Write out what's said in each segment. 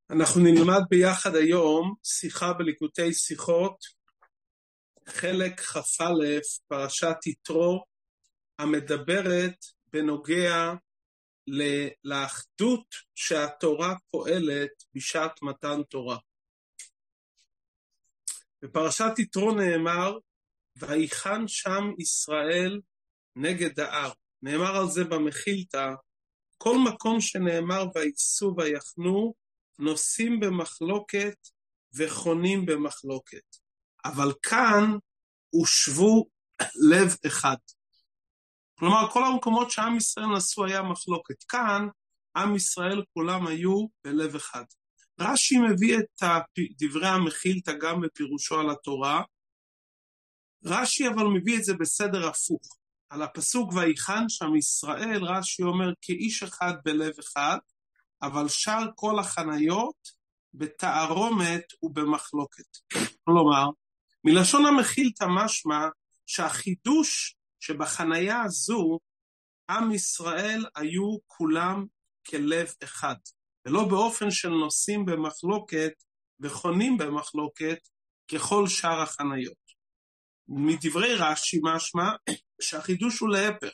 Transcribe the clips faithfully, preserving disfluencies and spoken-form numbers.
אנחנו נלמד ביחד היום שיחה בליקוטי שיחות, חלק כ"א, פרשת יתרו, המדברת בנוגע לאחדות שהתורה פועלת בשעת מתן תורה. בפרשת יתרו נאמר, ויחן שם ישראל נגד ההר. נאמר על זה במחילתא, כל מקום שנאמר וייסעו ויחנו, נושאים במחלוקת וחונים במחלוקת. אבל כאן הושבו לב אחד. כלומר, כל המקומות שעם ישראל נסעו היה מחלוקת. כאן, עם ישראל כולם היו בלב אחד. רש"י מביא את דברי המחילתא גם בפירושו על התורה. רש"י אבל מביא את זה בסדר הפוך. על הפסוק ויחן שם ישראל, רש"י אומר כאיש אחד בלב אחד, אבל שאר כל החניות בתערומת ובמחלוקת. כלומר, מלשון המחילתא משמע שהחידוש שבחניה הזו, עם ישראל היו כולם כלב אחד, ולא באופן של נושאים במחלוקת וחונים במחלוקת ככל שאר החניות. מדברי רש"י משמע שהחידוש הוא להפך,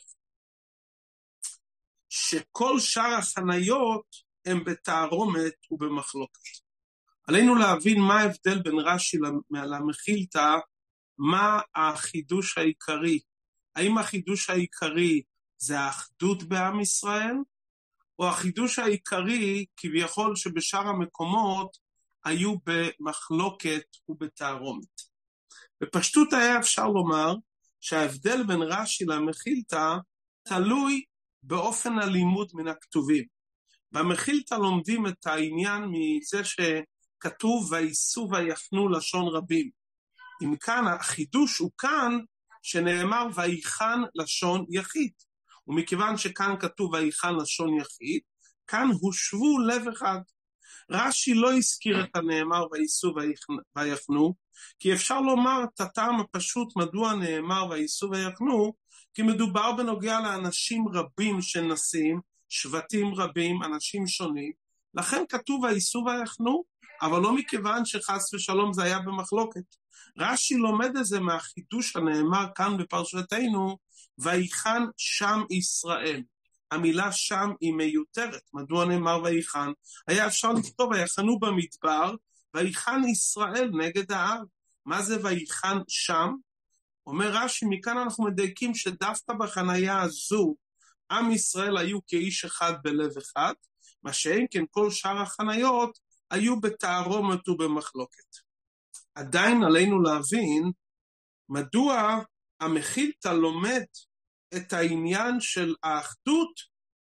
שכל שאר החניות הם בתערומת ובמחלוקת. עלינו להבין מה ההבדל בין רש"י למחילתא, מה החידוש העיקרי. האם החידוש העיקרי זה האחדות בעם ישראל, או החידוש העיקרי כביכול שבשאר המקומות היו במחלוקת ובתערומת. בפשטות היה אפשר לומר שההבדל בין רש"י למחילתא תלוי באופן הלימוד מן הכתובים. במחילתא לומדים את העניין מזה שכתוב וייסעו ויחנו לשון רבים. אם כאן החידוש הוא כאן שנאמר ויחן לשון יחיד. ומכיוון שכאן כתוב ויחן לשון יחיד, כאן הושבו לב אחד. רש"י לא הזכיר את הנאמר וייסעו ויחנו, כי אפשר לומר את הטעם הפשוט מדוע נאמר וייסעו ויחנו, כי מדובר בנוגע לאנשים רבים שנסים, שבטים רבים, אנשים שונים, לכן כתוב וייסעו ויחנו, אבל לא מכיוון שחס ושלום זה היה במחלוקת. רש"י לומד את זה מהחידוש הנאמר כאן בפרשתנו, ויחן שם ישראל. המילה שם היא מיותרת. מדוע נאמר ויחן? היה אפשר לכתוב ויחנו במדבר, ויחן ישראל נגד ההר. מה זה ויחן שם? אומר רש"י, מכאן אנחנו מדייקים שדווקא בחניה הזו, עם ישראל היו כאיש אחד בלב אחד, מה שאין כן כל שאר החניות היו בתערומת ובמחלוקת. עדיין עלינו להבין מדוע המחילתא לומד את העניין של האחדות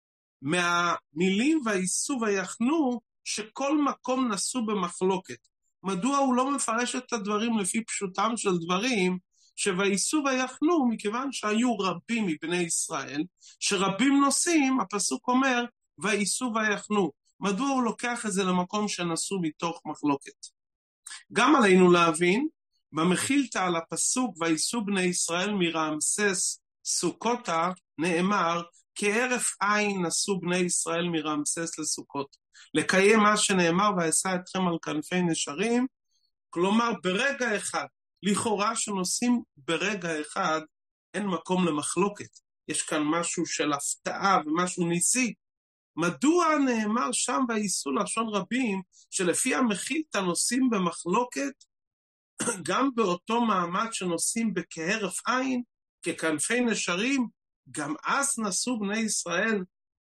מהמילים וייסעו ויחנו שכל מקום נסו במחלוקת. מדוע הוא לא מפרש את הדברים לפי פשוטם של דברים שוייסעו ויחנו, מכיוון שהיו רבים מבני ישראל, שרבים נוסעים, הפסוק אומר וייסעו ויחנו. מדוע הוא לוקח את זה למקום שנסו מתוך מחלוקת? גם עלינו להבין, במחילתא על הפסוק וייסעו בני ישראל מרעמסס סוכותה, נאמר כהרף עין נסו בני ישראל מרעמסס לסוכות. לקיים מה שנאמר ואשא אתכם על כנפי נשרים, כלומר ברגע אחד, לכאורה שנוסעים ברגע אחד, אין מקום למחלוקת. יש כאן משהו של הפתעה ומשהו ניסי. מדוע נאמר שם וייסעו לשון רבים, שלפי המחילתא נוסעים במחלוקת, גם באותו מעמד שנוסעים בכהרף עין, ככנפי נשרים, גם אז נסו בני ישראל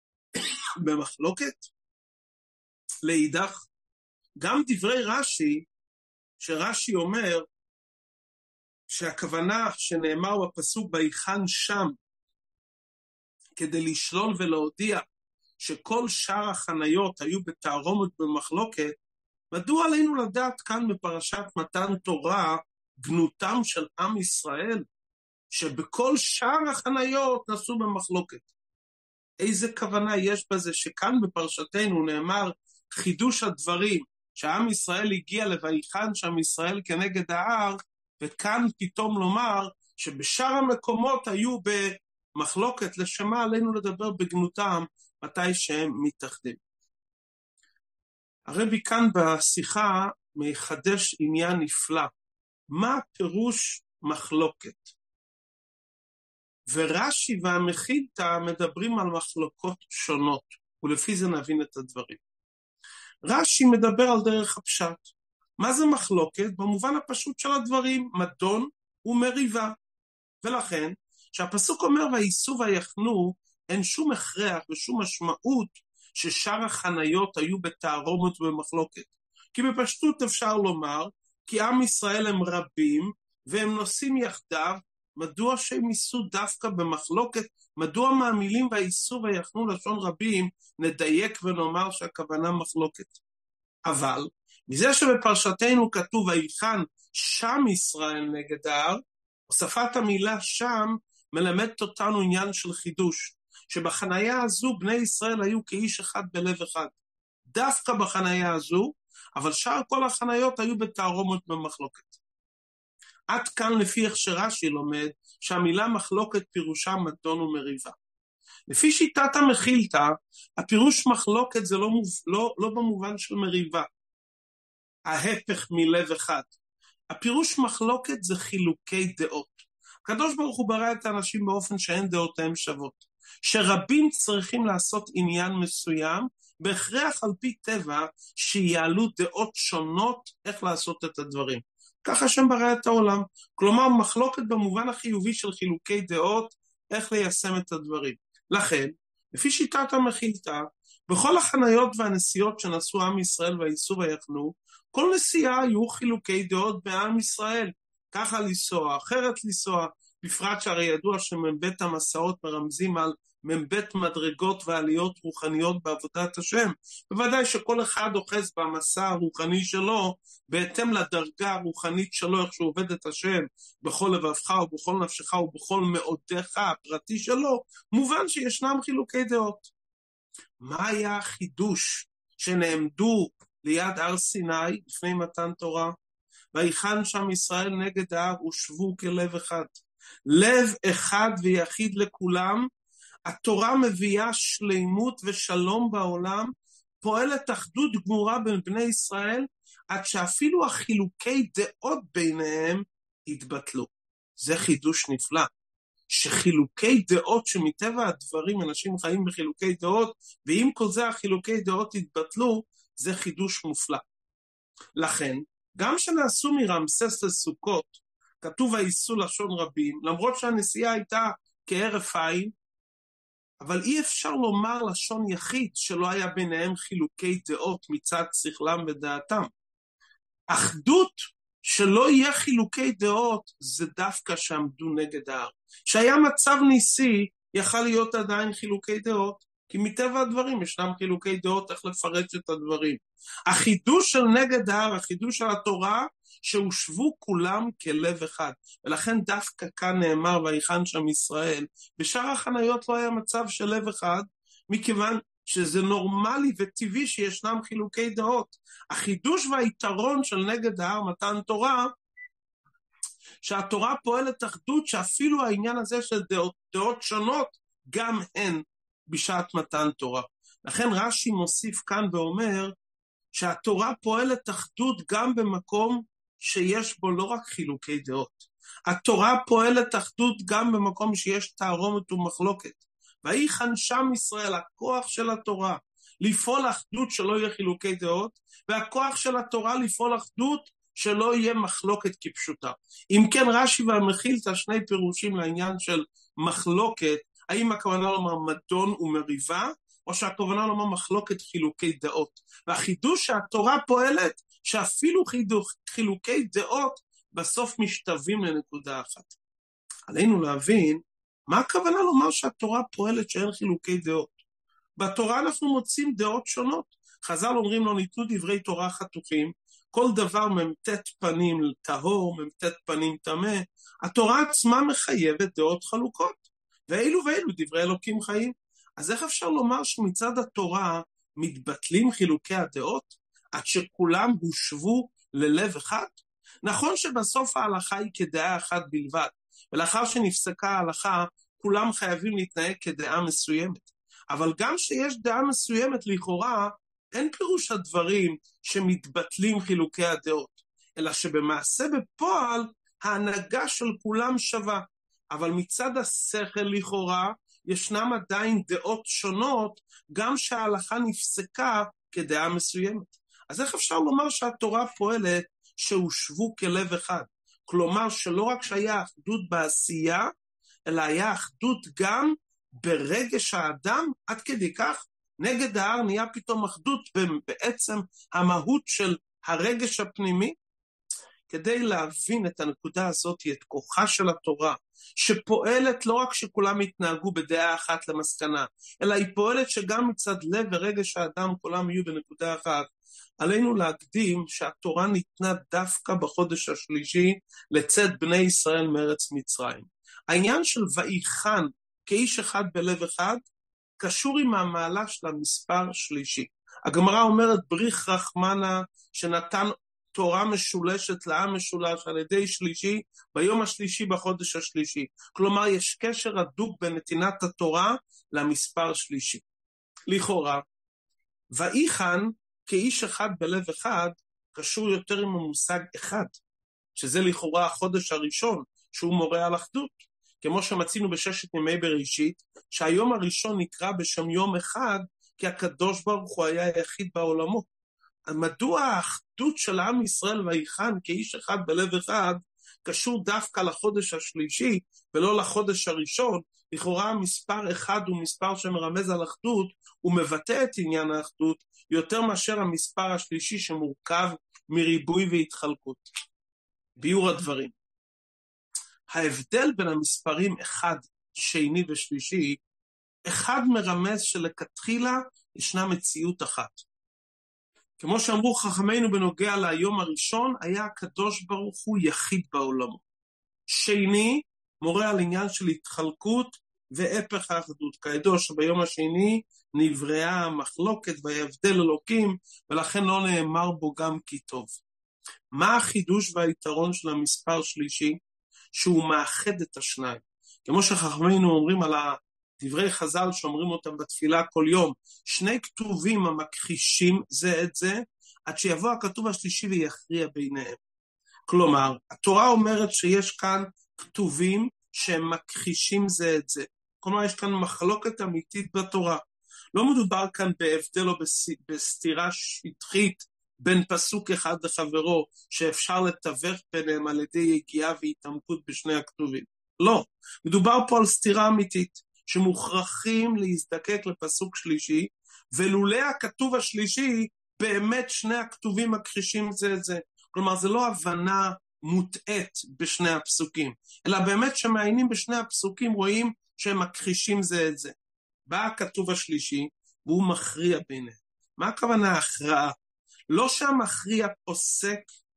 במחלוקת? לאידך, גם דברי רש"י, שרש"י אומר, שהכוונה שנאמר בפסוק ויחן שם, כדי לשלול ולהודיע שכל שאר החניות היו בתערומת במחלוקת, מדוע עלינו לדעת כאן בפרשת מתן תורה גנותם של עם ישראל, שבכל שאר החניות נסו במחלוקת? איזה כוונה יש בזה שכאן בפרשתנו נאמר חידוש הדברים, שעם ישראל הגיע לויחן שם ישראל כנגד ההר, וכאן פתאום לומר שבשאר המקומות היו במחלוקת, לשמה עלינו לדבר בגנותם מתי שהם מתאחדים. הרבי כאן בשיחה מחדש עניין נפלא. מה פירוש מחלוקת? ורש"י והמחילתא מדברים על מחלוקות שונות, ולפי זה נבין את הדברים. רש"י מדבר על דרך הפשט. מה זה מחלוקת? במובן הפשוט של הדברים, מדון ומריבה. ולכן, שהפסוק אומר וייסעו ויחנו, אין שום הכרח ושום משמעות ששאר החניות היו בתערומת ובמחלוקת. כי בפשטות אפשר לומר, כי עם ישראל הם רבים, והם נוסעים יחדיו, מדוע שהם ייסעו דווקא במחלוקת? מדוע מהמילים וייסעו ויחנו לשון רבים, נדייק ונאמר שהכוונה מחלוקת? אבל, מזה שבפרשתנו כתוב ויחן שם ישראל נגד ההר, הוספת המילה שם מלמדת אותנו עניין של חידוש, שבחנייה הזו בני ישראל היו כאיש אחד בלב אחד. דווקא בחנייה הזו, אבל שאר כל החניות היו בתערומת במחלוקת. עד כאן לפי איך שרש"י לומד, שהמילה מחלוקת פירושה מדון ומריבה. לפי שיטת המחילתא, הפירוש מחלוקת זה לא, מוב... לא, לא במובן של מריבה, ההפך מלב אחד. הפירוש מחלוקת זה חילוקי דעות. הקדוש ברוך הוא ברא את האנשים באופן שאין דעותיהם שוות. שרבים צריכים לעשות עניין מסוים, בהכרח על פי טבע שיעלו דעות שונות איך לעשות את הדברים. ככה השם ברא את העולם. כלומר, מחלוקת במובן החיובי של חילוקי דעות, איך ליישם את הדברים. לכן, לפי שיטת המחילתא, בכל החניות והנסיעות שנסעו עם ישראל וייסעו ויחנו, כל נסיעה היו חילוקי דעות בעם ישראל. ככה לנסוע, אחרת לנסוע, בפרט שהרי ידוע שמבית המסעות מרמזים על מבית מדרגות ועליות רוחניות בעבודת השם. בוודאי שכל אחד אוחז במסע הרוחני שלו, בהתאם לדרגה הרוחנית שלו, איך שהוא עובד את השם, בכל לבבך ובכל נפשך ובכל מאודיך הפרטי שלו, מובן שישנם חילוקי דעות. מה היה החידוש שנעמדו ליד הר סיני לפני מתן תורה? ויחן שם ישראל נגד ההר ושבו כלב אחד. לב אחד ויחיד לכולם, התורה מביאה שלימות ושלום בעולם, פועלת אחדות גמורה בין בני ישראל, עד שאפילו החילוקי דעות ביניהם התבטלו. זה חידוש נפלא, שחילוקי דעות שמטבע הדברים אנשים חיים בחילוקי דעות, ואם כל זה החילוקי דעות התבטלו, זה חידוש מופלא. לכן, גם שנעשו מרמסס לסוכות, כתוב וייסעו לשון רבים, למרות שהנסיעה הייתה כהרף עין, אבל אי אפשר לומר לשון יחיד שלא היה ביניהם חילוקי דעות מצד שכלם ודעתם. אחדות שלא יהיה חילוקי דעות זה דווקא שעמדו נגד ההר. שהיה מצב ניסי יכל להיות עדיין חילוקי דעות, כי מטבע הדברים ישנם חילוקי דעות איך לפרש את הדברים. החידוש של נגד ההר, החידוש של התורה, שהושבו כולם כלב אחד. ולכן דווקא כאן נאמר ויחן שם ישראל. בשאר החניות לא היה מצב של לב אחד, מכיוון שזה נורמלי וטבעי שישנם חילוקי דעות. החידוש והיתרון של נגד ההר מתן תורה, שהתורה פועלת אחדות, שאפילו העניין הזה של דעות, דעות שונות, גם הן בשעת מתן תורה. לכן רש"י מוסיף כאן ואומר, שהתורה פועלת אחדות גם במקום שיש בו לא רק חילוקי דעות. התורה פועלת אחדות גם במקום שיש תערומת ומחלוקת. ויחן שם ישראל, הכוח של התורה, לפעול אחדות שלא יהיה חילוקי דעות, והכוח של התורה לפעול אחדות שלא יהיה מחלוקת כפשוטה. אם כן רש"י והמחילתא שני פירושים לעניין של מחלוקת, האם הכוונה לומר מדון ומריבה, או שהכוונה לומר מחלוקת חילוקי דעות. והחידוש שהתורה פועלת, שאפילו חידוך, חילוקי דעות בסוף משתווים לנקודה אחת. עלינו להבין מה הכוונה לומר שהתורה פועלת שאין חילוקי דעות. בתורה אנחנו מוצאים דעות שונות. חז"ל אומרים לא ניתנו דברי תורה חתוכים, כל דבר ממתת פנים טהור, ממתת פנים טמא. התורה עצמה מחייבת דעות חלוקות, ואילו ואילו דברי אלוקים חיים. אז איך אפשר לומר שמצד התורה מתבטלים חילוקי הדעות, עד שכולם הושבו ללב אחד? נכון שבסוף ההלכה היא כדעה אחת בלבד, ולאחר שנפסקה ההלכה, כולם חייבים להתנהג כדעה מסוימת. אבל גם שיש דעה מסוימת לכאורה, אין פירוש הדברים שמתבטלים חילוקי הדעות, אלא שבמעשה בפועל ההנהגה של כולם שווה, אבל מצד השכל לכאורה ישנם עדיין דעות שונות, גם שההלכה נפסקה כדעה מסוימת. אז איך אפשר לומר שהתורה פועלת שהושבו כלב אחד? כלומר שלא רק שהיה אחדות בעשייה, אלא היה אחדות גם ברגש האדם, עד כדי כך נגד ההר נהיה פתאום אחדות בעצם המהות של הרגש הפנימי. כדי להבין את הנקודה הזאת, את כוחה של התורה, שפועלת לא רק שכולם יתנהגו בדעה אחת למסקנה, אלא היא פועלת שגם מצד לב ורגש האדם כולם יהיו בנקודה אחת. עלינו להקדים שהתורה ניתנה דווקא בחודש השלישי לצאת בני ישראל מארץ מצרים. העניין של ויחן כאיש אחד בלב אחד, קשור עם המעלה של המספר שלישי. הגמרא אומרת בריך רחמנה שנתן תורה משולשת לעם משולש על ידי שלישי ביום השלישי בחודש השלישי. כלומר יש קשר הדוק בין נתינת התורה למספר שלישי. לכאורה, ויחן כאיש אחד בלב אחד קשור יותר עם המושג אחד, שזה לכאורה החודש הראשון שהוא מורה על אחדות. כמו שמצינו בששת ימי בראשית, שהיום הראשון נקרא בשם יום אחד, כי הקדוש ברוך הוא היה היחיד בעולמו. מדוע האחדות של עם ישראל ויחן כאיש אחד בלב אחד, קשור דווקא לחודש השלישי, ולא לחודש הראשון? לכאורה המספר אחד הוא מספר שמרמז על אחדות, הוא מבטא את עניין האחדות, יותר מאשר המספר השלישי שמורכב מריבוי והתחלקות. ביור הדברים. ההבדל בין המספרים אחד, שני ושלישי, אחד מרמז שלכתחילה ישנה מציאות אחת. כמו שאמרו חכמינו בנוגע ליום הראשון, היה הקדוש ברוך הוא יחיד בעולמו. שני, מורה על עניין של התחלקות והפך האחדות. כידוע שביום השני נבראה המחלוקת וההבדל אלוקים, ולכן לא נאמר בו גם כי טוב. מה החידוש והיתרון של המספר שלישי? שהוא מאחד את השניים. כמו שחכמינו אומרים על דברי חז"ל שאומרים אותם בתפילה כל יום, שני כתובים המכחישים זה את זה, עד שיבוא הכתוב השלישי ויכריע ביניהם. כלומר, התורה אומרת שיש כאן כתובים שהם מכחישים זה את זה. כלומר, יש כאן מחלוקת אמיתית בתורה. לא מדובר כאן בהבדל או בסתירה שטחית בין פסוק אחד לחברו, שאפשר לתווך ביניהם על ידי יגיעה והתעמקות בשני הכתובים. לא, מדובר פה על סתירה אמיתית, שמוכרחים להזדקק לפסוק שלישי, ולולא הכתוב השלישי, באמת שני הכתובים מכחישים זה את זה. כלומר, זה לא הבנה מוטעת בשני הפסוקים, אלא באמת שמעיינים בשני הפסוקים, רואים שהם מכחישים זה את זה. בא הכתוב השלישי, והוא מכריע ביניהם. מה הכוונה הכרעה? לא שהמכריע פוסק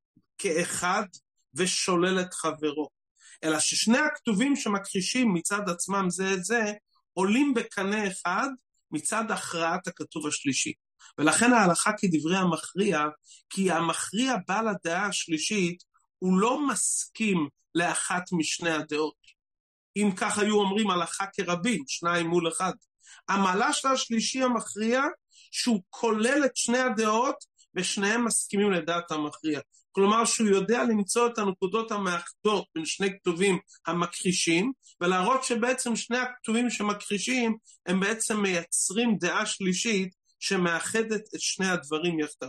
כאחד ושולל את חברו, אלא ששני הכתובים שמכחישים מצד עצמם זה את זה, עולים בקנה אחד מצד הכרעת הכתוב השלישי. ולכן ההלכה כדברי המכריע, כי המכריע בעל הדעה השלישית, הוא לא מסכים לאחת משני הדעות. אם כך היו אומרים הלכה כרבים, שניים מול אחד. המעלה של השלישי המכריע, שהוא כולל את שני הדעות, ושניהם מסכימים לדעת המכריע. כלומר שהוא יודע למצוא את הנקודות המאחדות בין שני כתובים המכחישים, ולהראות שבעצם שני הכתובים שמכחישים, הם בעצם מייצרים דעה שלישית, שמאחדת את שני הדברים יחדיו.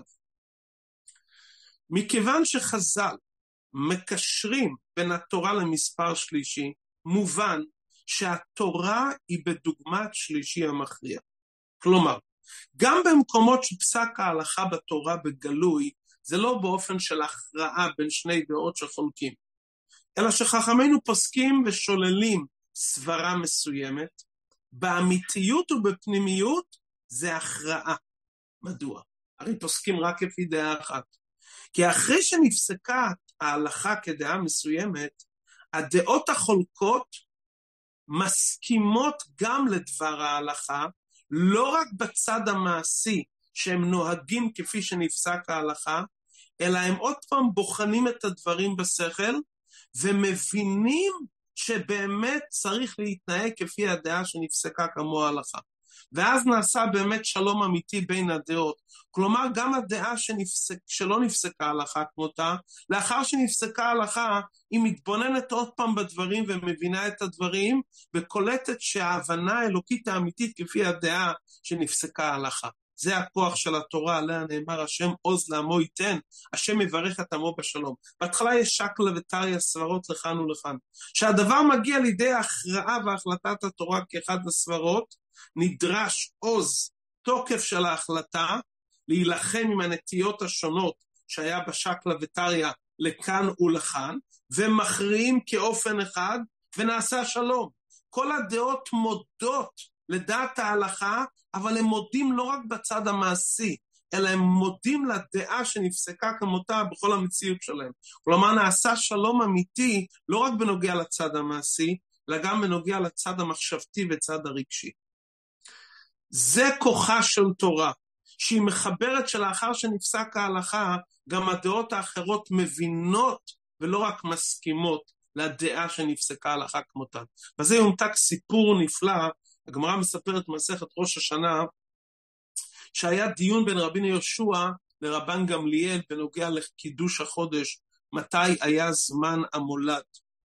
מכיוון שחז"ל מקשרים בין התורה למספר שלישי, מובן שהתורה היא בדוגמת שלישי המכריע. כלומר, גם במקומות שפסק ההלכה בתורה בגלוי, זה לא באופן של הכרעה בין שני דעות שחולקים, אלא שחכמינו פוסקים ושוללים סברה מסוימת, באמיתיות ובפנימיות זה הכרעה. מדוע? הרי פוסקים רק לפי דעה אחת. כי אחרי שנפסקה ההלכה כדעה מסוימת, הדעות החולקות מסכימות גם לדבר ההלכה, לא רק בצד המעשי שהם נוהגים כפי שנפסק ההלכה, אלא הם עוד פעם בוחנים את הדברים בשכל, ומבינים שבאמת צריך להתנהג כפי הדעה שנפסקה כמו ההלכה. ואז נעשה באמת שלום אמיתי בין הדעות. כלומר, גם הדעה שנפסק, שלא נפסקה הלכה כמותה, לאחר שנפסקה הלכה, היא מתבוננת עוד פעם בדברים ומבינה את הדברים, וקולטת שההבנה האלוקית האמיתית כפי הדעה שנפסקה הלכה. זה הכוח של התורה, עליה נאמר השם עוז לעמו ייתן, השם מברך את עמו בשלום. בהתחלה יש שקלא וטריא סברות לכאן ולכאן. שהדבר מגיע לידי הכרעה והחלטת התורה כאחד הסברות, נדרש עוז, תוקף של ההחלטה, להילחם עם הנטיות השונות שהיה בשקלא וטריא לכאן ולכאן, ומכריעים כאופן אחד, ונעשה שלום. כל הדעות מודות לדעת ההלכה, אבל הם מודים לא רק בצד המעשי, אלא הם מודים לדעה שנפסקה כמותה בכל המציאות שלהם. כלומר, נעשה שלום אמיתי, לא רק בנוגע לצד המעשי, אלא גם בנוגע לצד המחשבתי וצד הרגשי. זה כוחה של תורה, שהיא מחברת שלאחר שנפסק ההלכה, גם הדעות האחרות מבינות ולא רק מסכימות לדעה שנפסקה ההלכה כמותה. וזה יומתק סיפור נפלא, הגמרא מספרת מסכת ראש השנה, שהיה דיון בין רבינו יהושע לרבן גמליאל בנוגע לקידוש החודש, מתי היה זמן המולד.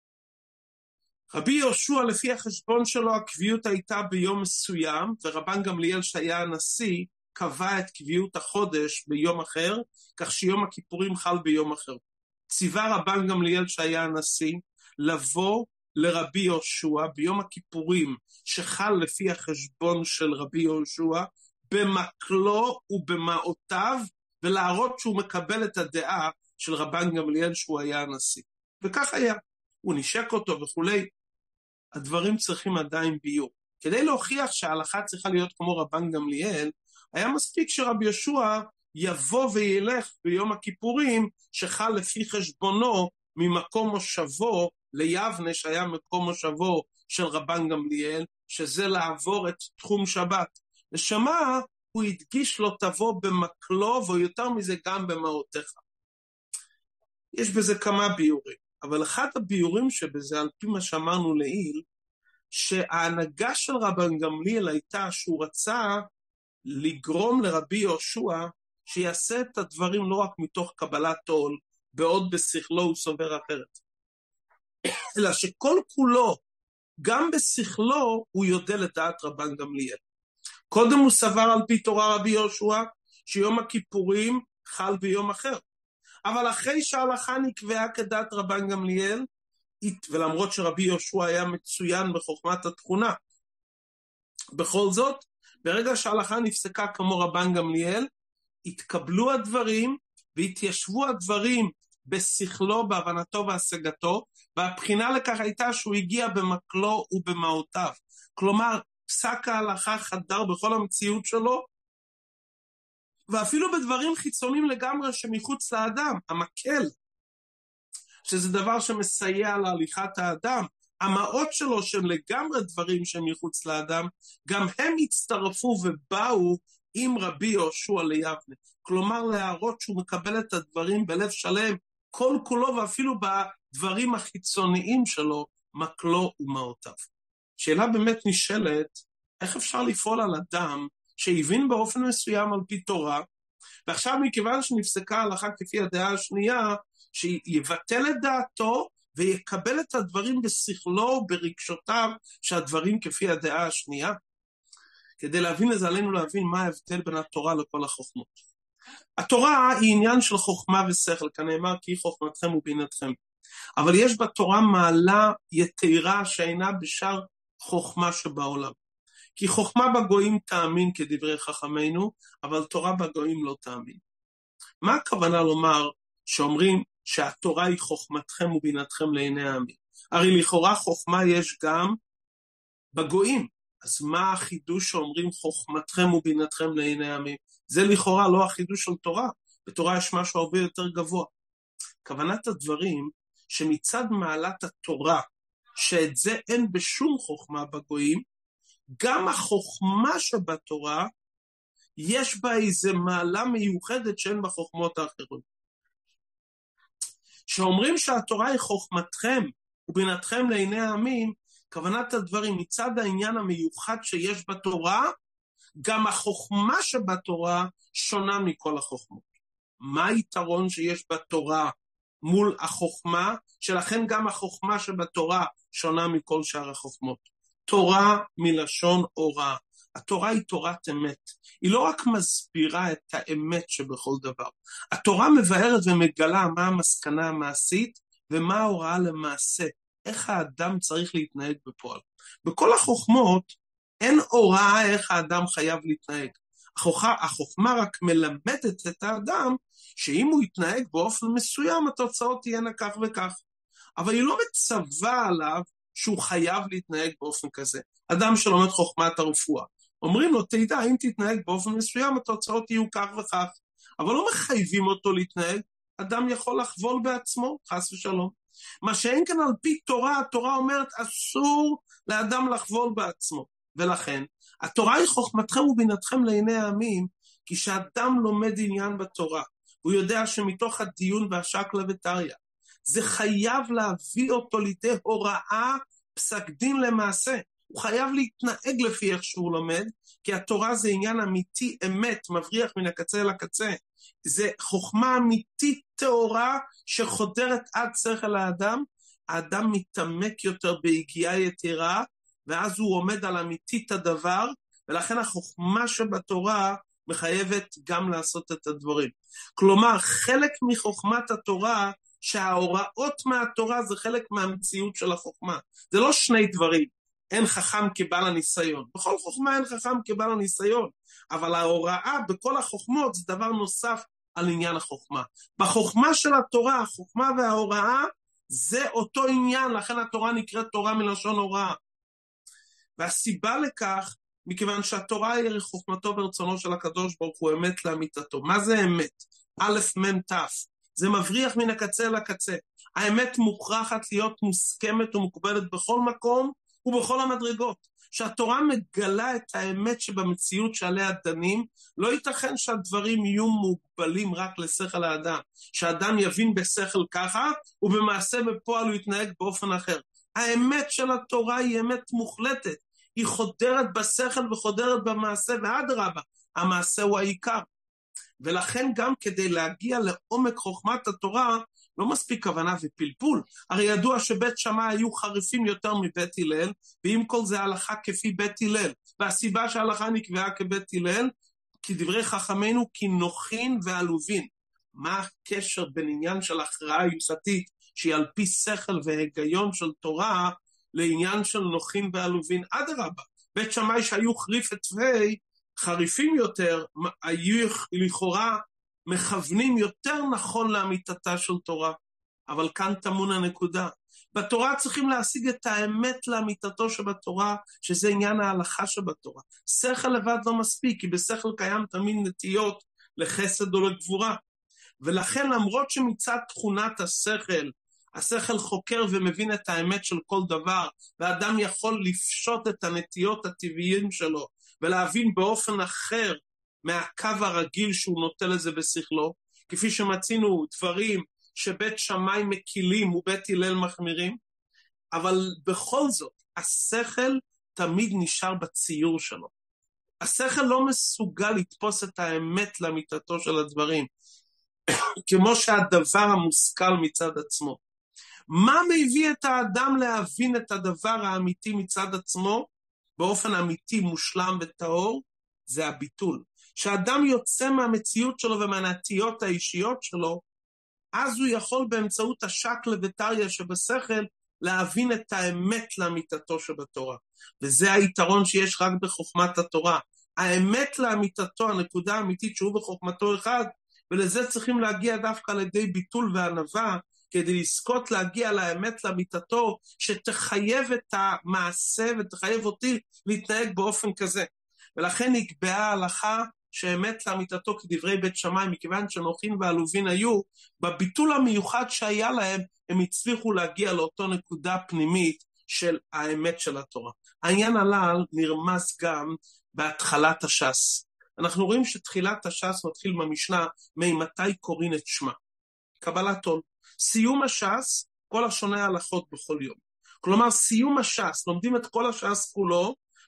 רבי יהושע לפי החשבון שלו הקביעות הייתה ביום מסוים, ורבן גמליאל שהיה הנשיא קבע את קביעות החודש ביום אחר, כך שיום הכיפורים חל ביום אחר. ציווה רבן גמליאל שהיה הנשיא לבוא לרבי יהושע ביום הכיפורים שחל לפי החשבון של רבי יהושע, במקלו ובמעותיו, ולהראות שהוא מקבל את הדעה של רבן גמליאל שהוא היה הנשיא. וכך היה, הוא נשק אותו וכולי. הדברים צריכים עדיין ביור. כדי להוכיח שההלכה צריכה להיות כמו רבן גמליאל, היה מספיק שרבי יהושע יבוא וילך ביום הכיפורים שחל לפי חשבונו ממקום מושבו ליבנה שהיה מקום מושבו של רבן גמליאל, שזה לעבור את תחום שבת. ושמה הוא הדגיש לו תבוא במקלו, ויותר מזה גם במעותיך. יש בזה כמה ביורים, אבל אחד הביורים שבזה, על פי מה שאמרנו לעיל, שההנהגה של רבן גמליאל הייתה שהוא רצה לגרום לרבי יהושע שיעשה את הדברים לא רק מתוך קבלת עול, בעוד בשכלו הוא סובר אחרת, אלא שכל כולו, גם בשכלו, הוא יודע לדעת רבן גמליאל. קודם הוא סבר על פי תורה רבי יהושע, שיום הכיפורים חל ביום אחר. אבל אחרי שההלכה נקבעה כדעת רבן גמליאל, ולמרות שרבי יהושע היה מצוין בחוכמת התכונה, בכל זאת, ברגע שההלכה נפסקה כמו רבן גמליאל, התקבלו הדברים, והתיישבו הדברים בשכלו, בהבנתו והשגתו, והבחינה לכך הייתה שהוא הגיע במקלו ובמעותיו. כלומר, פסק ההלכה חדר בכל המציאות שלו, ואפילו בדברים חיצוניים לגמרי שמחוץ לאדם, המקל, שזה דבר שמסייע להליכת האדם, המעות שלו שהם לגמרי דברים שמחוץ לאדם, גם הם הצטרפו ובאו עם רבי יהושע ליבנה. כלומר להראות שהוא מקבל את הדברים בלב שלם, כל כולו ואפילו בדברים החיצוניים שלו, מקלו ומעותיו. שאלה באמת נשאלת, איך אפשר לפעול על אדם שהבין באופן מסוים על פי תורה, ועכשיו מכיוון שנפסקה ההלכה כפי הדעה השנייה, שיבטל את דעתו ויקבל את הדברים בשכלו, ברגשותיו, שהדברים כפי הדעה השנייה? כדי להבין לזה עלינו להבין מה ההבדל בין התורה לכל החוכמות. התורה היא עניין של חוכמה ושכל, כאן נאמר כי חוכמתכם ובינתכם. אבל יש בתורה מעלה יתרה שאינה בשאר חוכמה שבעולם. כי חוכמה בגויים תאמין כדברי חכמינו, אבל תורה בגויים לא תאמין. מה הכוונה לומר שאומרים שהתורה היא חוכמתכם ובינתכם לעיני העמים? הרי לכאורה חוכמה יש גם בגויים. אז מה החידוש שאומרים חוכמתכם ובינתכם לעיני העמים? זה לכאורה לא החידוש של תורה. בתורה יש משהו הרבה יותר גבוה. כוונת הדברים שמצד מעלת התורה, שאת זה אין בשום חוכמה בגויים, גם החוכמה שבתורה, יש בה איזו מעלה מיוחדת שאין בחוכמות האחרות. שאומרים שהתורה היא חוכמתכם ובינתכם לעיני העמים, כוונת הדברים מצד העניין המיוחד שיש בתורה, גם החוכמה שבתורה שונה מכל החוכמות. מה היתרון שיש בתורה מול החוכמה, שלכן גם החוכמה שבתורה שונה מכל שאר החוכמות? תורה מלשון הוראה. התורה היא תורת אמת. היא לא רק מסבירה את האמת שבכל דבר. התורה מבארת ומגלה מה המסקנה המעשית ומה ההוראה למעשה. איך האדם צריך להתנהג בפועל. בכל החוכמות אין הוראה איך האדם חייב להתנהג. החוכמה, החוכמה רק מלמדת את האדם שאם הוא יתנהג באופן מסוים התוצאות תהיינה כך וכך. אבל היא לא מצווה עליו שהוא חייב להתנהג באופן כזה. אדם שלומד חוכמת הרפואה. אומרים לו, תדע, אם תתנהג באופן מסוים, התוצאות יהיו כך וכך. אבל לא מחייבים אותו להתנהג, אדם יכול לחבול בעצמו, חס ושלום. מה שאין כאן על פי תורה, התורה אומרת, אסור לאדם לחבול בעצמו. ולכן, התורה היא חוכמתכם ובינתכם לעיני העמים, כי שאדם לומד עניין בתורה, הוא יודע שמתוך הדיון והשקלא וטריא, זה חייב להביא אותו לידי הוראה פסק דין למעשה. הוא חייב להתנהג לפי איך שהוא לומד, כי התורה זה עניין אמיתי, אמת, מבריח מן הקצה אל הקצה. זה חוכמה אמיתית תאורה שחודרת עד שכל האדם, האדם מתעמק יותר בהגיעה יתרה, ואז הוא עומד על אמיתית הדבר, ולכן החוכמה שבתורה מחייבת גם לעשות את הדברים. כלומר, חלק מחוכמת התורה, שההוראות מהתורה זה חלק מהמציאות של החוכמה. זה לא שני דברים. אין חכם כבעל הניסיון. בכל חוכמה אין חכם כבעל הניסיון. אבל ההוראה בכל החוכמות זה דבר נוסף על עניין החוכמה. בחוכמה של התורה, החוכמה וההוראה, זה אותו עניין, לכן התורה נקראת תורה מלשון הוראה. והסיבה לכך, מכיוון שהתורה היא חוכמתו ורצונו של הקדוש ברוך הוא אמת לאמיתתו. מה זה אמת? א' מ' ת'. זה מבריח מן הקצה לקצה. האמת מוכרחת להיות מוסכמת ומקובלת בכל מקום ובכל המדרגות. שהתורה מגלה את האמת שבמציאות שעליה דנים, לא ייתכן שהדברים יהיו מוגבלים רק לשכל האדם. שהאדם יבין בשכל ככה, ובמעשה בפועל הוא יתנהג באופן אחר. האמת של התורה היא אמת מוחלטת. היא חודרת בשכל וחודרת במעשה, ואדרבה, המעשה הוא העיקר. ולכן גם כדי להגיע לעומק חוכמת התורה, לא מספיק כוונה ופלפול. הרי ידוע שבית שמאי היו חריפים יותר מבית הלל, ועם כל זה הלכה כפי בית הלל. והסיבה שההלכה נקבעה כבית הלל, כי דברי חכמינו כי נוחין ועלובין. מה הקשר בין עניין של הכרעה הלכתית, שהיא על פי שכל והיגיון של תורה, לעניין של נוחין ועלובין? אדרבה, בית שמאי שהיו חריף ותווי, חריפים יותר, היו לכאורה מכוונים יותר נכון לאמיתתה של תורה. אבל כאן טמון הנקודה. בתורה צריכים להשיג את האמת לאמיתתו שבתורה, שזה עניין ההלכה שבתורה. שכל לבד לא מספיק, כי בשכל קיים תמיד נטיות לחסד או לגבורה. ולכן למרות שמצד תכונת השכל, השכל חוקר ומבין את האמת של כל דבר, ואדם יכול לפשוט את הנטיות הטבעיים שלו, ולהבין באופן אחר מהקו הרגיל שהוא נוטה לזה בשכלו, כפי שמצינו דברים שבית שמאי מקילים ובית הלל מחמירים, אבל בכל זאת, השכל תמיד נשאר בציור שלו. השכל לא מסוגל לתפוס את האמת לאמיתתו של הדברים, כמו שהדבר המושכל מצד עצמו. מה מביא את האדם להבין את הדבר האמיתי מצד עצמו, באופן אמיתי, מושלם וטהור? זה הביטול. כשאדם יוצא מהמציאות שלו ומהנטיות האישיות שלו, אז הוא יכול באמצעות השקלא וטריא שבשכל, להבין את האמת לאמיתתו שבתורה. וזה היתרון שיש רק בחוכמת התורה. האמת לאמיתתו, הנקודה האמיתית שהוא בחוכמתו אחד, ולזה צריכים להגיע דווקא לידי ביטול וענווה, כדי לזכות להגיע לאמת לאמיתתו, שתחייב את המעשה ותחייב אותי להתנהג באופן כזה. ולכן נקבעה ההלכה שאמת לאמיתתו כדברי בית שמאי, מכיוון שנוחין ועלובין היו, בביטול המיוחד שהיה להם, הם הצליחו להגיע לאותו נקודה פנימית של האמת של התורה. העניין הלל נרמז גם בהתחלת הש"ס. אנחנו רואים שתחילת הש"ס מתחיל במשנה, ממתי קוראים את שמה. קבלת עול. סיום הש"ס, כל השונה הלכות בכל יום. כלומר, סיום הש"ס, לומדים את כל הש"ס כולו,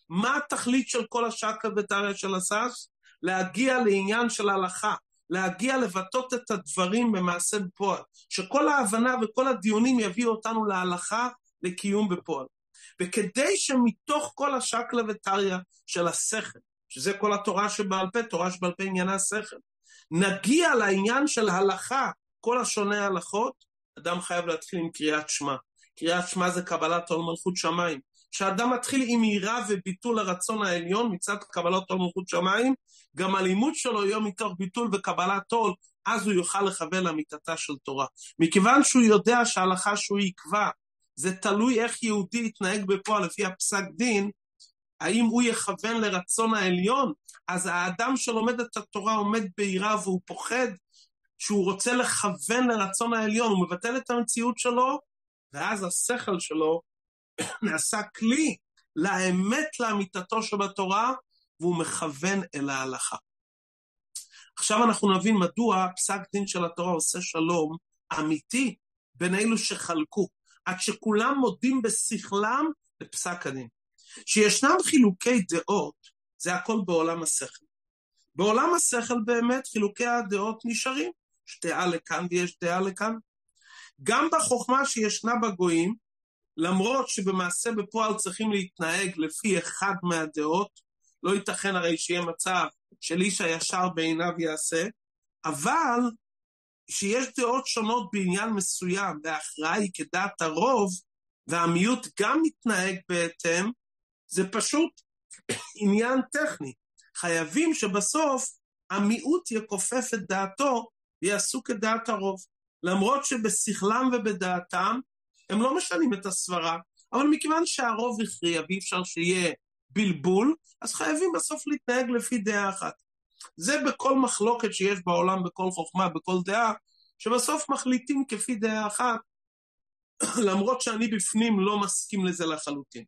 מה התכלית של כל השקל וטריה של הסס? להגיע לעניין של ההלכה, להגיע לבטאות את הדברים במעשה בפועל, שכל ההבנה וכל הדיונים יביאו אותנו להלכה, לקיום בפועל. וכדי שמתוך כל השקל וטריה של השכל, שזה כל התורה שבעל פה, תורה שבעל פה עניינה השכל, נגיע לעניין של הלכה, כל השונה ההלכות, אדם חייב להתחיל עם קריאת שמע. קריאת שמע זה קבלת עול מלכות שמיים. כשאדם מתחיל עם יראה וביטול הרצון העליון מצד קבלת עול מלכות שמיים, גם הלימוד שלו יהיה מתוך ביטול וקבלת עול, אז הוא יוכל לכוון לאמיתתה של תורה. מכיוון שהוא יודע שההלכה שהוא יקבע, זה תלוי איך יהודי יתנהג בפועל לפי הפסק דין, האם הוא יכוון לרצון העליון, אז האדם שלומד את התורה עומד ביראה והוא פוחד, שהוא רוצה לכוון לרצון העליון, הוא מבטל את המציאות שלו, ואז השכל שלו נעשה כלי לאמת לאמיתתו שבתורה, והוא מכוון אל ההלכה. עכשיו אנחנו נבין מדוע פסק דין של התורה עושה שלום אמיתי בין אלו שחלקו, עד שכולם מודים בשכלם לפסק הדין. שישנם חילוקי דעות, זה הכל בעולם השכל. בעולם השכל באמת חילוקי הדעות נשארים, יש דעה לכאן ויש דעה לכאן. גם בחוכמה שישנה בגויים, למרות שבמעשה בפועל צריכים להתנהג לפי אחד מהדעות, לא ייתכן הרי שיהיה מצב של איש הישר בעיניו יעשה, אבל שיש דעות שונות בעניין מסוים, וההכרעה היא כדעת הרוב, והמיעוט גם מתנהג בהתאם, זה פשוט עניין טכני. חייבים שבסוף המיעוט יכופף את דעתו, ויעשו כדעת הרוב. למרות שבשכלם ובדעתם, הם לא משנים את הסברה, אבל מכיוון שהרוב הכריע, ואי אפשר שיהיה בלבול, אז חייבים בסוף להתנהג לפי דעה אחת. זה בכל מחלוקת שיש בעולם, בכל חוכמה, בכל דעה, שבסוף מחליטים כפי דעה אחת, למרות שאני בפנים לא מסכים לזה לחלוטין.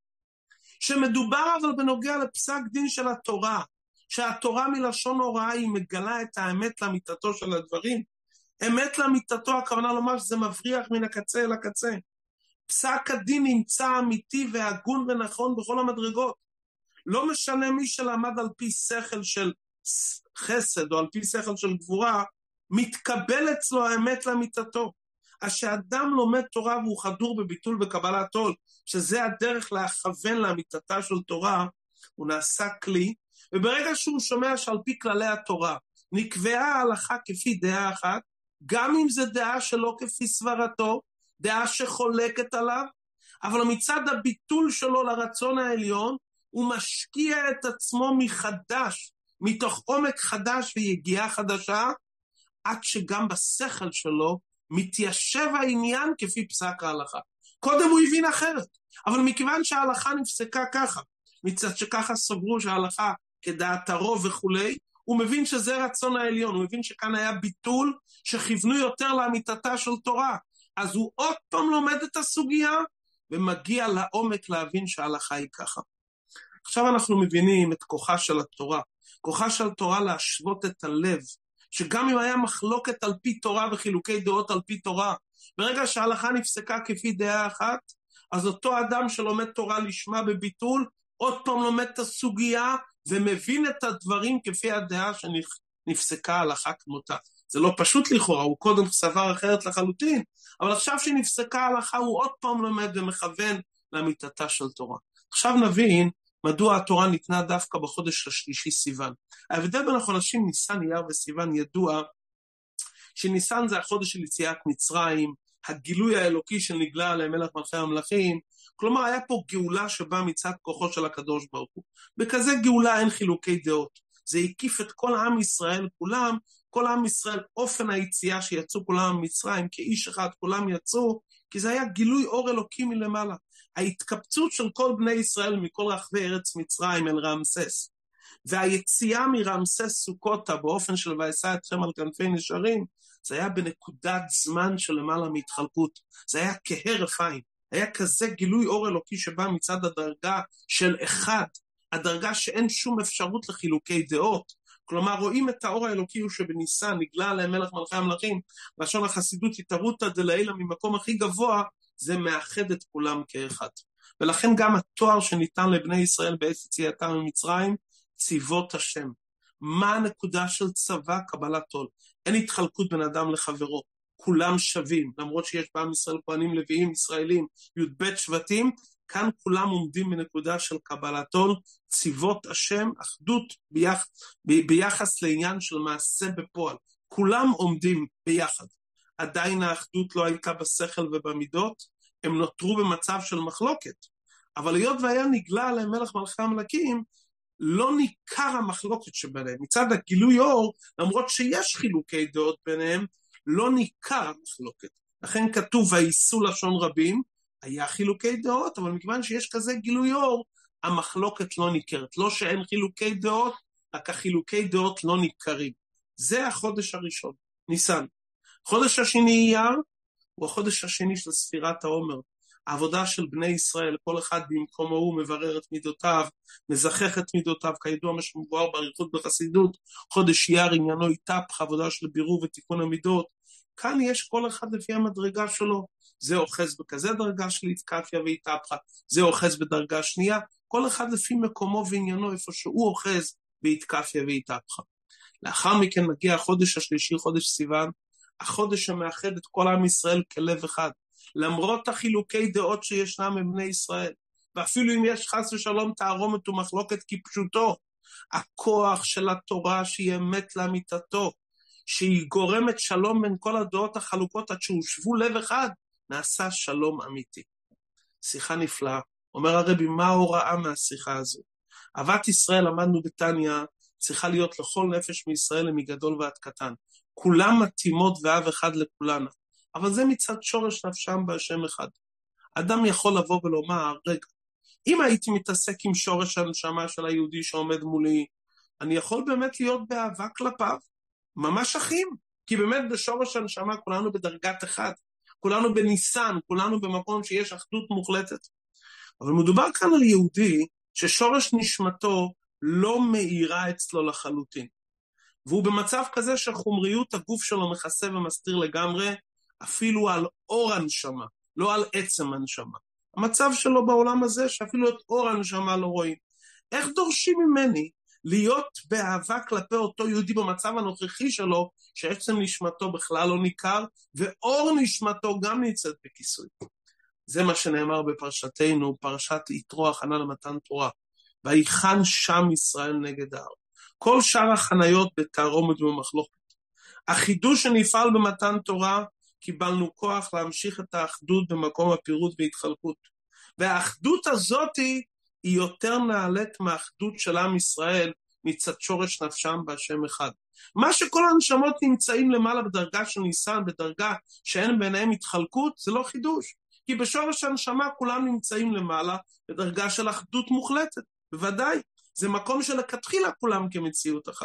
שמדובר אבל בנוגע לפסק דין של התורה, שהתורה מלשון הוראה היא מגלה את האמת לאמיתתו של הדברים. אמת לאמיתתו, הכוונה לומר שזה מבריח מן הקצה אל הקצה. פסק הדין נמצא אמיתי והגון ונכון בכל המדרגות. לא משנה מי שלמד על פי שכל של חסד או על פי שכל של גבורה, מתקבל אצלו האמת לאמיתתו. אז שאדם לומד תורה והוא חדור בביטול וקבלת עול, שזה הדרך להכוון לאמיתתה של תורה, הוא נעשה כלי, וברגע שהוא שומע שעל פי כללי התורה, נקבעה ההלכה כפי דעה אחת, גם אם זה דעה שלא כפי סברתו, דעה שחולקת עליו, אבל מצד הביטול שלו לרצון העליון, הוא משקיע את עצמו מחדש, מתוך עומק חדש ויגיעה חדשה, עד שגם בשכל שלו מתיישב העניין כפי פסק ההלכה. קודם הוא הבין אחרת, אבל מכיוון שההלכה נפסקה ככה, מצד שככה סברו שההלכה כדעת הרוב וכולי, הוא מבין שזה רצון העליון, הוא מבין שכאן היה ביטול שכיוונו יותר לאמיתתה של תורה, אז הוא עוד פעם לומד את הסוגיה, ומגיע לעומק להבין שההלכה היא ככה. עכשיו אנחנו מבינים את כוחה של התורה, כוחה של התורה להשוות את הלב, שגם אם היה מחלוקת על פי תורה וחילוקי דעות על פי תורה, ברגע שההלכה נפסקה כפי דעה אחת, אז אותו אדם שלומד תורה לשמה בביטול, עוד פעם לומד את הסוגיה, ומבין את הדברים כפי הדעה שנפסקה ההלכה כמותה. זה לא פשוט לכאורה, הוא קודם סבר אחרת לחלוטין, אבל עכשיו שנפסקה ההלכה הוא עוד פעם לומד ומכוון לאמיתתה של תורה. עכשיו נבין מדוע התורה ניתנה דווקא בחודש השלישי סיוון. ההבדל בין החודשים ניסן, אייר וסיוון ידוע, שניסן זה החודש של יציאת מצרים, הגילוי האלוקי שנגלה עליהם מלך מלכי המלכים, כלומר היה פה גאולה שבאה מצד כוחו של הקדוש ברוך הוא. בכזה גאולה אין חילוקי דעות, זה הקיף את כל עם ישראל כולם, כל עם ישראל אופן היציאה שיצאו כולם ממצרים, כאיש אחד כולם יצאו, כי זה היה גילוי אור אלוקי מלמעלה. ההתקבצות של כל בני ישראל מכל רחבי ארץ מצרים אל רמסס, והיציאה מרמסס סוכותה באופן של וישא אתכם על כנפי נשרים, זה היה בנקודת זמן של למעלה מהתחלקות, זה היה כהרף עין, היה כזה גילוי אור אלוקי שבא מצד הדרגה של אחד, הדרגה שאין שום אפשרות לחילוקי דעות, כלומר רואים את האור האלוקי הוא שבניסן נגלה עליהם מלך מלכי המלכים, לשון החסידות התערותא דלעילא ממקום הכי גבוה, זה מאחד את כולם כאחד. ולכן גם התואר שניתן לבני ישראל בעת יציאתם ממצרים, צבאות השם. מה הנקודה של צבא? קבלת עול. אין התחלקות בין אדם לחברו, כולם שווים, למרות שיש בעם ישראל כהנים לוויים ישראלים, י"ב שבטים, כאן כולם עומדים בנקודה של קבלת עול, צבאות השם, אחדות ביח, ב, ביחס לעניין של מעשה בפועל, כולם עומדים ביחד. עדיין האחדות לא הייתה בשכל ובמידות, הם נותרו במצב של מחלוקת, אבל היות והיה נגלה עליהם מלך מלכי המלכים, לא ניכר המחלוקת שביניהם. מצד הגילוי אור, למרות שיש חילוקי דעות ביניהם, לא ניכר המחלוקת. לכן כתוב, וייסעו לשון רבים, היה חילוקי דעות, אבל מכיוון שיש כזה גילוי אור, המחלוקת לא ניכרת. לא שאין חילוקי דעות, רק החילוקי דעות לא ניכרים. זה החודש הראשון, ניסן. חודש השני אייר, הוא החודש השני של ספירת העומר. העבודה של בני ישראל, כל אחד במקומו הוא מברר את מידותיו, מזכח את מידותיו, כידוע מה שמבואר באריכות בחסידות, חודש אייר עניינו איתפח, עבודה של בירור ותיקון המידות. כאן יש כל אחד לפי המדרגה שלו, זה אוחז בכזה דרגה של התקפיה והתהפכה, זה אוחז בדרגה שנייה, כל אחד לפי מקומו ועניינו איפה שהוא אוחז בהתקפיה והתהפכה. לאחר מכן מגיע החודש השלישי, חודש סיוון, החודש המאחד את כל עם ישראל כלב אחד, למרות החילוקי דעות שישנם מבני ישראל, ואפילו אם יש חס ושלום תערומת ומחלוקת כפשוטו, הכוח של התורה שהיא אמת לאמיתתו, שהיא גורמת שלום בין כל הדעות החלוקות עד שהושבו לב אחד, נעשה שלום אמיתי. שיחה נפלאה. אומר הרבי, מה ההוראה מהשיחה הזו? אהבת ישראל, למדנו בתניה, צריכה להיות לכל נפש מישראל מגדול ועד קטן. כולם מתאימות ואהב אחד לכולנה. אבל זה מצד שורש נפשם בהשם אחד. אדם יכול לבוא ולומר, רגע, אם הייתי מתעסק עם שורש הנשמה של היהודי שעומד מולי, אני יכול באמת להיות באהבה כלפיו, ממש אחים, כי באמת בשורש הנשמה כולנו בדרגת אחד, כולנו בניסן, כולנו במקום שיש אחדות מוחלטת. אבל מדובר כאן על יהודי ששורש נשמתו לא מאירה אצלו לחלוטין, והוא במצב כזה שחומריות הגוף שלו מכסה ומסתיר לגמרי, אפילו על אור הנשמה, לא על עצם הנשמה. המצב שלו בעולם הזה שאפילו את אור הנשמה לא רואים. איך דורשים ממני להיות באהבה כלפי אותו יהודי במצב הנוכחי שלו, שעצם נשמתו בכלל לא ניכר, ואור נשמתו גם נמצאת בכיסוי. זה מה שנאמר בפרשתנו, פרשת יתרו הכנה למתן תורה. ויחן שם ישראל נגד ההר. כל שאר החניות בתערומת ובמחלוקת. החידוש שנפעל במתן תורה, קיבלנו כוח להמשיך את האחדות במקום הפירוט והתחלקות. והאחדות הזאת היא יותר נעלית מהאחדות של עם ישראל מצד שורש נפשם בהשם אחד. מה שכל הנשמות נמצאים למעלה בדרגה של ניסן, בדרגה שאין ביניהם התחלקות, זה לא חידוש. כי בשורש הנשמה כולם נמצאים למעלה בדרגה של אחדות מוחלטת. בוודאי, זה מקום שלכתחילה כולם כמציאות אחת.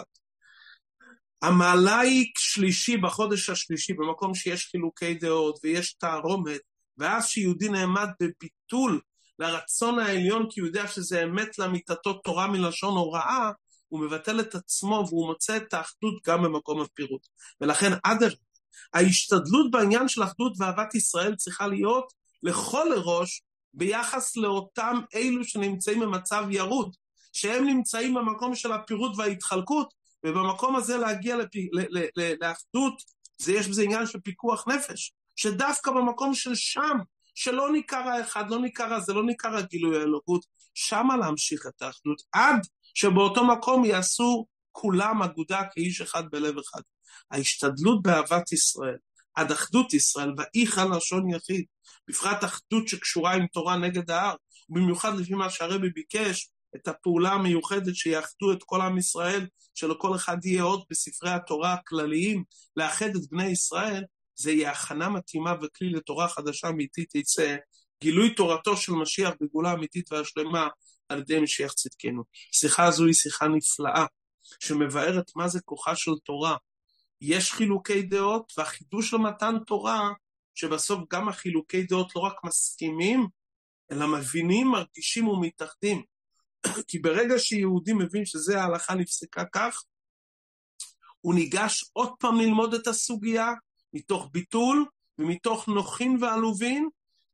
המעלה היא שלישי בחודש השלישי, במקום שיש חילוקי דעות ויש תערומת, ואז שיהודי נעמד בביטול לרצון העליון, כי הוא יודע שזה אמת לאמיתתו תורה מלשון הוראה, הוא מבטל את עצמו והוא מוצא את האחדות גם במקום הפירוט. ולכן עד ההשתדלות בעניין של אחדות ואהבת ישראל צריכה להיות לכל ראש ביחס לאותם אלו שנמצאים במצב ירוד, שהם נמצאים במקום של הפירוט וההתחלקות, ובמקום הזה להגיע לפי, ל, ל, ל, לאחדות, זה יש בזה עניין של פיקוח נפש, שדווקא במקום של שם, שלא ניכר האחד, לא ניכר הזה, לא ניכר הגילוי האלוקות, שמה להמשיך את האחדות, עד שבאותו מקום יעשו כולם אגודה כאיש אחד בלב אחד. ההשתדלות באהבת ישראל, עד אחדות ישראל, ואיך על לשון יחיד, בפרט אחדות שקשורה עם תורה נגד ההר, במיוחד לפי מה שהרבי ביקש, את הפעולה המיוחדת שיאחדו את כל עם ישראל, שלכל אחד יהיה עוד בספרי התורה הכלליים, לאחד את בני ישראל, זה יהיה הכנה מתאימה וכלי לתורה חדשה אמיתית יצא, גילוי תורתו של משיח בגאולה אמיתית והשלמה על ידי משיח צדקנו. שיחה הזו היא שיחה נפלאה, שמבארת מה זה כוחה של תורה. יש חילוקי דעות, והחידוש למתן תורה, שבסוף גם החילוקי דעות לא רק מסכימים, אלא מבינים, מרגישים ומתאחדים. כי ברגע שיהודי מבין שזה ההלכה נפסקה כך, הוא ניגש עוד פעם ללמוד את הסוגיה, מתוך ביטול ומתוך נוחין ועלובין,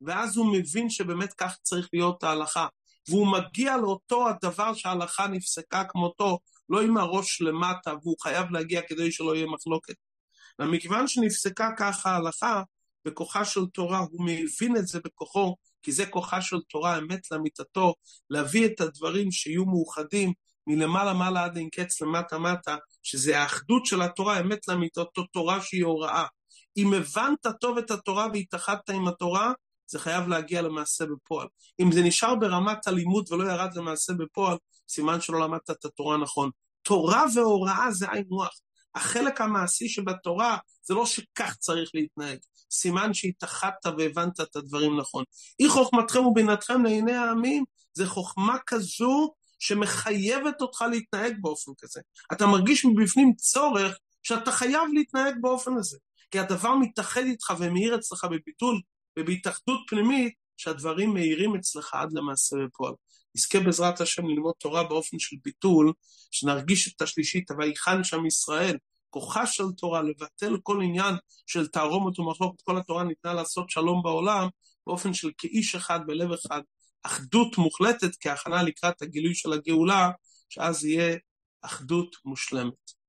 ואז הוא מבין שבאמת כך צריך להיות ההלכה, והוא מגיע לאותו הדבר שההלכה נפסקה כמותו, לא עם הראש למטה, והוא חייב להגיע כדי שלא יהיה מחלוקת. ומכיוון שנפסקה ככה ההלכה, בכוחה של תורה, הוא מבין את זה בכוחו, כי זה כוחה של תורה, אמת לאמיתתו, להביא את הדברים שיהיו מאוחדים, מלמעלה מעלה עד אין קץ למטה מטה, שזה האחדות של התורה, אמת לאמיתתו, תורה שהיא הוראה. אם הבנת טוב את התורה והתאחדת עם התורה, זה חייב להגיע למעשה בפועל. אם זה נשאר ברמת הלימוד ולא ירד למעשה בפועל, סימן שלא למדת את התורה נכון. תורה והוראה זה עין מוח. החלק המעשי שבתורה זה לא שכך צריך להתנהג. סימן שהתאחדת והבנת את הדברים נכון. אי חוכמתכם ובינתכם לעיני העמים, זה חוכמה כזו שמחייבת אותך להתנהג באופן כזה. אתה מרגיש מבפנים צורך שאתה חייב להתנהג באופן הזה. כי הדבר מתאחד איתך ומאיר אצלך בביטול ובהתאחדות פנימית, שהדברים מאירים אצלך עד למעשה בפועל. נזכה בעזרת השם ללמוד תורה באופן של ביטול, שנרגיש את השלישית, ויחן שם ישראל, כוחה של תורה, לבטל כל עניין של תערומת ומחלוקת, כל התורה ניתנה לעשות שלום בעולם, באופן של כאיש אחד בלב אחד, אחדות מוחלטת כהכנה לקראת הגילוי של הגאולה, שאז יהיה אחדות מושלמת.